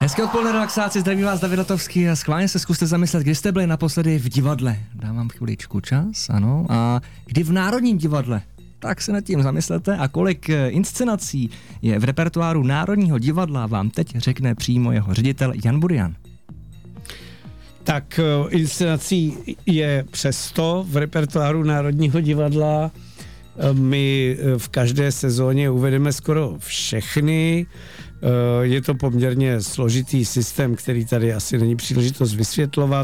Hezké odpoledne, relaxáci, zdraví vás David Latovský a schválně se zkuste zamyslet, kdy jste byli naposledy v divadle. Dávám chviličku čas, ano. A kdy v Národním divadle? Tak se nad tím zamyslete a kolik inscenací je v repertoáru Národního divadla, vám teď řekne přímo jeho ředitel Jan Burian. Tak inscenací je přes 100 v repertoáru Národního divadla. My v každé sezóně uvedeme skoro všechny. Je to poměrně složitý systém, který tady asi není příležitost vysvětlovat.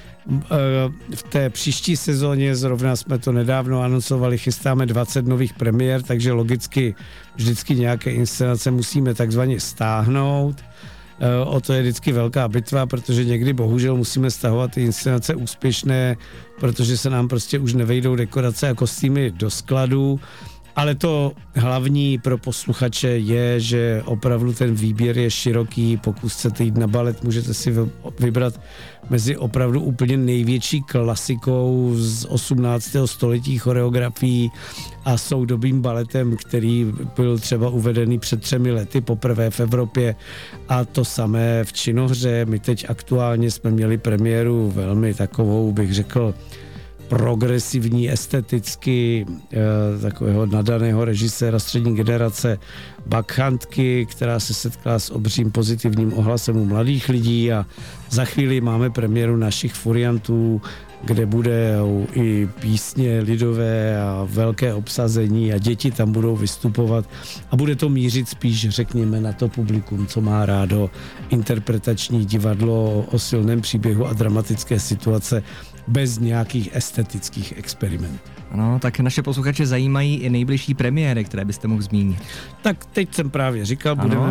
V té příští sezóně, zrovna jsme to nedávno anoncovali, chystáme 20 nových premiér, takže logicky vždycky nějaké inscenace musíme takzvaně stáhnout. O to je vždycky velká bitva, protože někdy bohužel musíme stahovat ty inscenace úspěšné, protože se nám prostě už nevejdou dekorace a kostýmy do skladu. Ale to hlavní pro posluchače je, že opravdu ten výběr je široký. Pokud chcete jít na balet, můžete si vybrat mezi opravdu úplně největší klasikou z 18. století choreografií a soudobým baletem, který byl třeba uvedený před 3 lety poprvé v Evropě, a to samé v činohře. My teď aktuálně jsme měli premiéru velmi takovou, bych řekl, progresivní, esteticky, takového nadaného režiséra střední generace Bakchantky, která se setkala s obřím pozitivním ohlasem u mladých lidí, a za chvíli máme premiéru našich furiantů, kde bude i písně lidové a velké obsazení a děti tam budou vystupovat a bude to mířit spíš, řekněme, na to publikum, co má rádo interpretační divadlo o silném příběhu a dramatické situace bez nějakých estetických experimentů. Ano, tak naše posluchače zajímají i nejbližší premiéry, které byste mohl zmínit. Tak teď jsem právě říkal,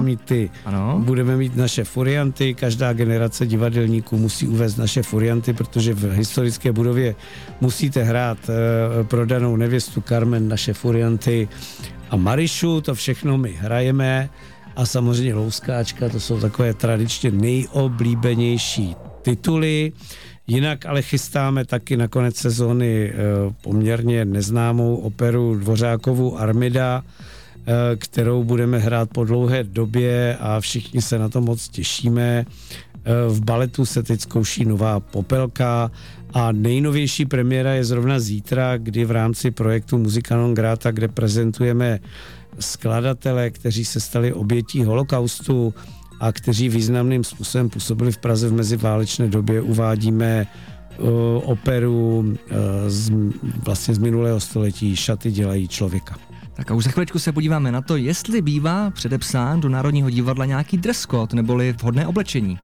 ano. Budeme mít naše furianty, každá generace divadelníků musí uvést naše furianty, protože v historické budově musíte hrát Prodanou nevěstu Carmen, naše furianty a Marišu, to všechno my hrajeme, a samozřejmě Louskáčka, to jsou takové tradičně nejoblíbenější tituly. Jinak ale chystáme taky na konec sezóny poměrně neznámou operu Dvořákovu Armida, kterou budeme hrát po dlouhé době a všichni se na to moc těšíme. V baletu se teď zkouší nová Popelka a nejnovější premiéra je zrovna zítra, kdy v rámci projektu Musica non grata, kde prezentujeme skladatele, kteří se stali obětí holokaustu a kteří významným způsobem působili v Praze v meziválečné době, uvádíme operu vlastně z minulého století Šaty dělají člověka. Tak a už za chvíličku se podíváme na to, jestli bývá předepsán do Národního divadla nějaký dress code neboli vhodné oblečení.